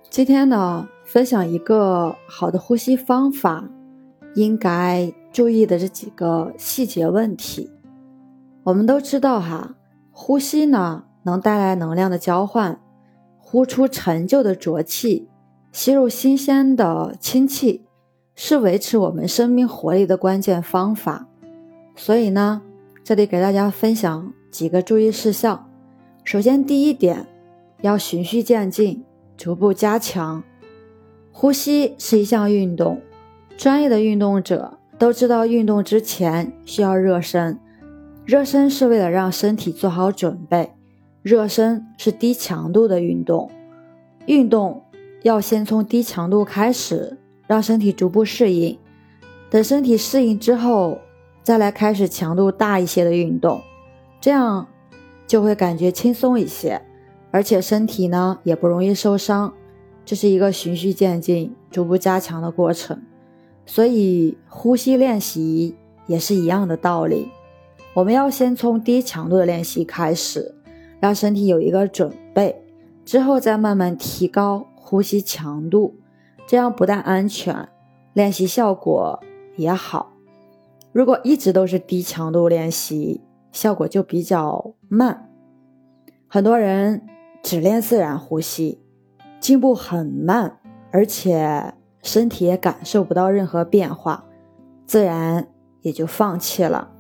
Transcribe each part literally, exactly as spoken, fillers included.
今天呢，分享一个好的呼吸方法，应该注意的这几个细节问题。我们都知道哈，呼吸呢能带来能量的交换，呼出陈旧的浊气，吸入新鲜的清气，是维持我们生命活力的关键方法。所以呢，这里给大家分享几个注意事项。首先第一点，要循序渐进，逐步加强。呼吸是一项运动，专业的运动者都知道运动之前需要热身，热身是为了让身体做好准备，热身是低强度的运动。运动要先从低强度开始，让身体逐步适应，等身体适应之后，再来开始强度大一些的运动，这样就会感觉轻松一些，而且身体呢也不容易受伤。这是一个循序渐进逐步加强的过程。所以呼吸练习也是一样的道理，我们要先从低强度的练习开始，让身体有一个准备，之后再慢慢提高呼吸强度，这样不但安全，练习效果也好。如果一直都是低强度练习，效果就比较慢。很多人只练自然呼吸，进步很慢，而且身体也感受不到任何变化，自然也就放弃了。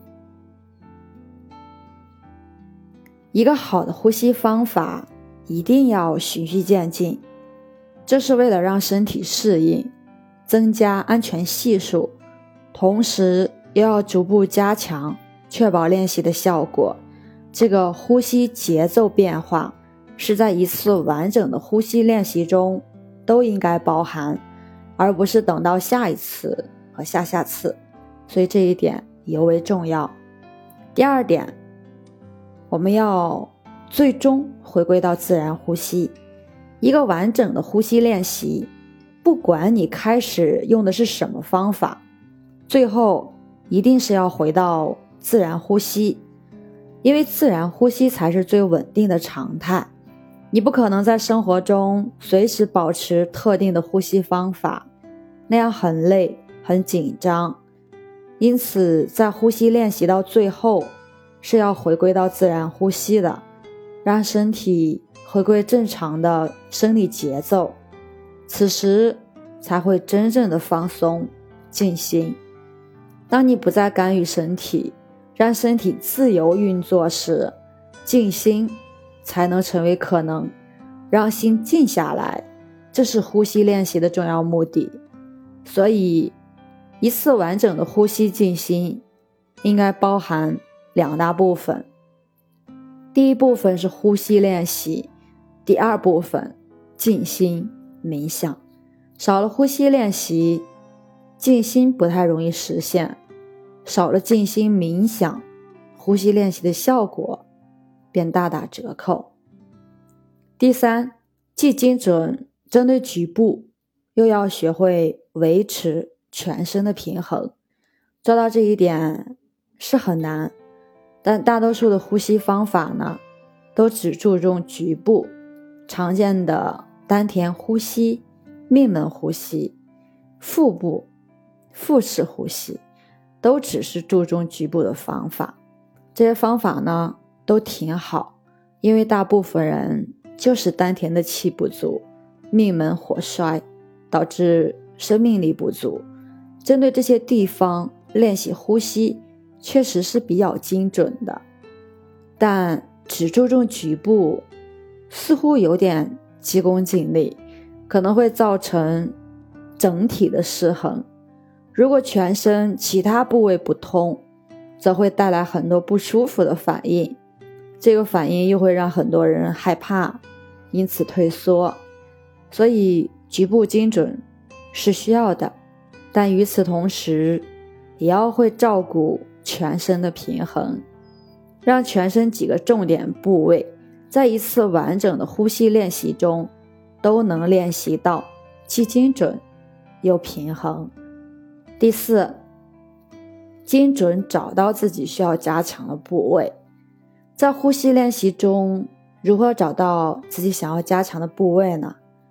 一个好的呼吸方法一定要循序渐进，这是为了让身体适应，增加安全系数，同时又要逐步加强，确保练习的效果。这个呼吸节奏变化是在一次完整的呼吸练习中都应该包含，而不是等到下一次和下下次，所以这一点尤为重要。第二点，我们要最终回归到自然呼吸。一个完整的呼吸练习，不管你开始用的是什么方法，最后一定是要回到自然呼吸，因为自然呼吸才是最稳定的常态。你不可能在生活中随时保持特定的呼吸方法，那样很累很紧张。因此在呼吸练习到最后是要回归到自然呼吸的，让身体回归正常的生理节奏，此时才会真正的放松静心。当你不再干预身体，让身体自由运作时，静心才能成为可能，让心静下来，这是呼吸练习的重要目的。所以一次完整的呼吸静心应该包含两大部分，第一部分是呼吸练习，第二部分静心冥想。少了呼吸练习，静心不太容易实现，少了静心冥想，呼吸练习的效果便大打折扣。第三，既精准针对局部，又要学会维持全身的平衡。做到这一点是很难，但大多数的呼吸方法呢，都只注重局部。常见的丹田呼吸、命门呼吸、腹部、腹式呼吸，都只是注重局部的方法。这些方法呢，都挺好，因为大部分人就是丹田的气不足，命门火衰，导致生命力不足。针对这些地方练习呼吸确实是比较精准的，但只注重局部似乎有点急功近利，可能会造成整体的失衡。如果全身其他部位不通，则会带来很多不舒服的反应，这个反应又会让很多人害怕，因此退缩。所以局部精准是需要的，但与此同时也要会照顾全身的平衡，让全身几个重点部位在一次完整的呼吸练习中都能练习到既精准又平衡。第四，精准找到自己需要加强的部位。在呼吸练习中，如何找到自己想要加强的部位呢？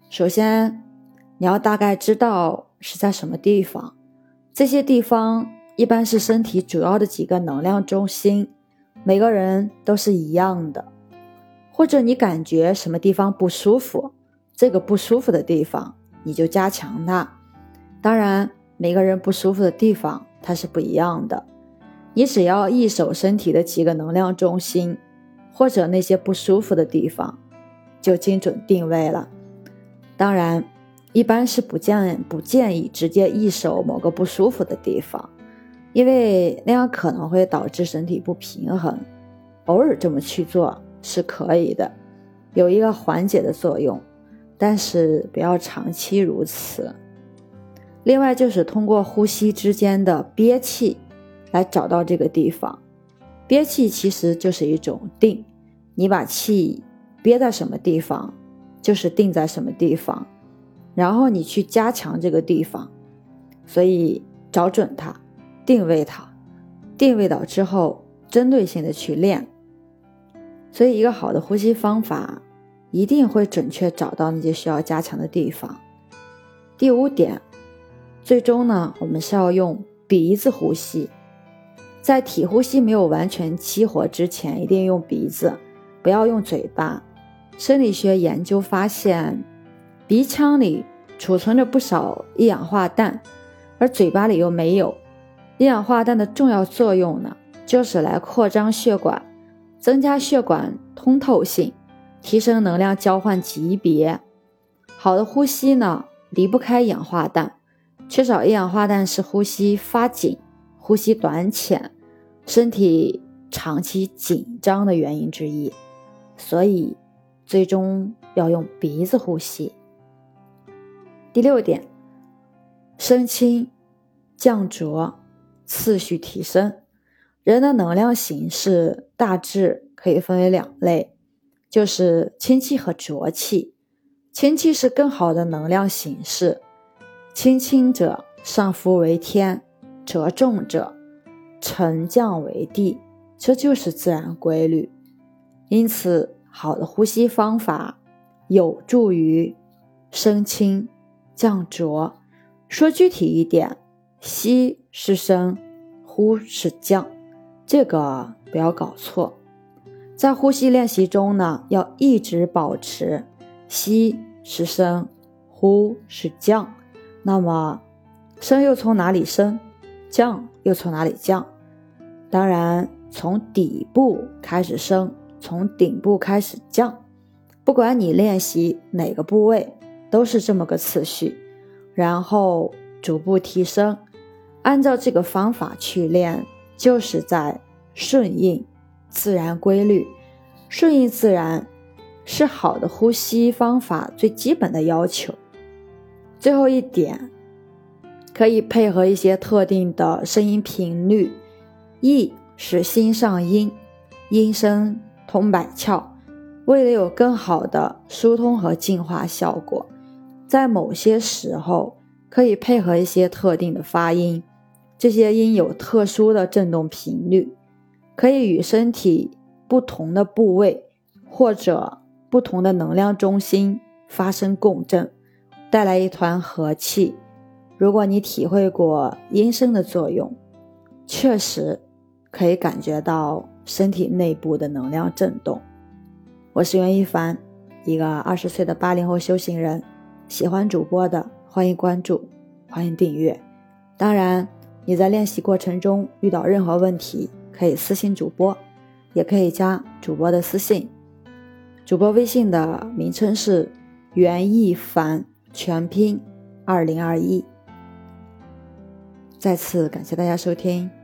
首先，你要大概知道是在什么地方，这些地方一般是身体主要的几个能量中心，每个人都是一样的。或者你感觉什么地方不舒服，这个不舒服的地方你就加强它。当然，每个人不舒服的地方它是不一样的，你只要一手身体的几个能量中心，或者那些不舒服的地方，就精准定位了。当然，一般是不建不建议直接一手某个不舒服的地方，因为那样可能会导致身体不平衡。偶尔这么去做是可以的，有一个缓解的作用，但是不要长期如此。另外就是通过呼吸之间的憋气来找到这个地方。憋气其实就是一种定，你把气憋在什么地方，就是定在什么地方，然后你去加强这个地方。所以找准它，定位它，定位到之后针对性的去练。所以一个好的呼吸方法一定会准确找到那些需要加强的地方。第五点，最终呢，我们是要用鼻子呼吸。在体呼吸没有完全激活之前，一定用鼻子，不要用嘴巴。生理学研究发现，鼻腔里储存着不少一氧化氮，而嘴巴里又没有。一氧化氮的重要作用呢，就是来扩张血管，增加血管通透性，提升能量交换级别。好的呼吸呢，离不开一氧化氮，缺少一氧化氮是呼吸发紧、呼吸短浅、身体长期紧张的原因之一。所以最终要用鼻子呼吸。第六点，升清、降浊，次序提升。人的能量形式大致可以分为两类，就是清气和浊气。清气是更好的能量形式，清清者上浮为天，浊重者沉降为地，这就是自然规律。因此，好的呼吸方法有助于升清、降浊。说具体一点，吸是升，呼是降，这个不要搞错。在呼吸练习中呢，要一直保持吸是升，呼是降。那么升又从哪里升，降又从哪里降？当然从底部开始升，从顶部开始降。不管你练习哪个部位，都是这么个次序，然后逐步提升。按照这个方法去练，就是在顺应自然规律。顺应自然是好的呼吸方法最基本的要求。最后一点，可以配合一些特定的声音频率。意是心上音，音声通百窍。为了有更好的疏通和净化效果，在某些时候可以配合一些特定的发音，这些音有特殊的振动频率，可以与身体不同的部位或者不同的能量中心发生共振，带来一团和气。如果你体会过音声的作用，确实可以感觉到身体内部的能量震动。我是袁一凡，一个二十岁的八零后修行人。喜欢主播的欢迎关注，欢迎订阅。当然你在练习过程中遇到任何问题，可以私信主播，也可以加主播的私信。主播微信的名称是袁一凡，全拼二零二一。再次感谢大家收听。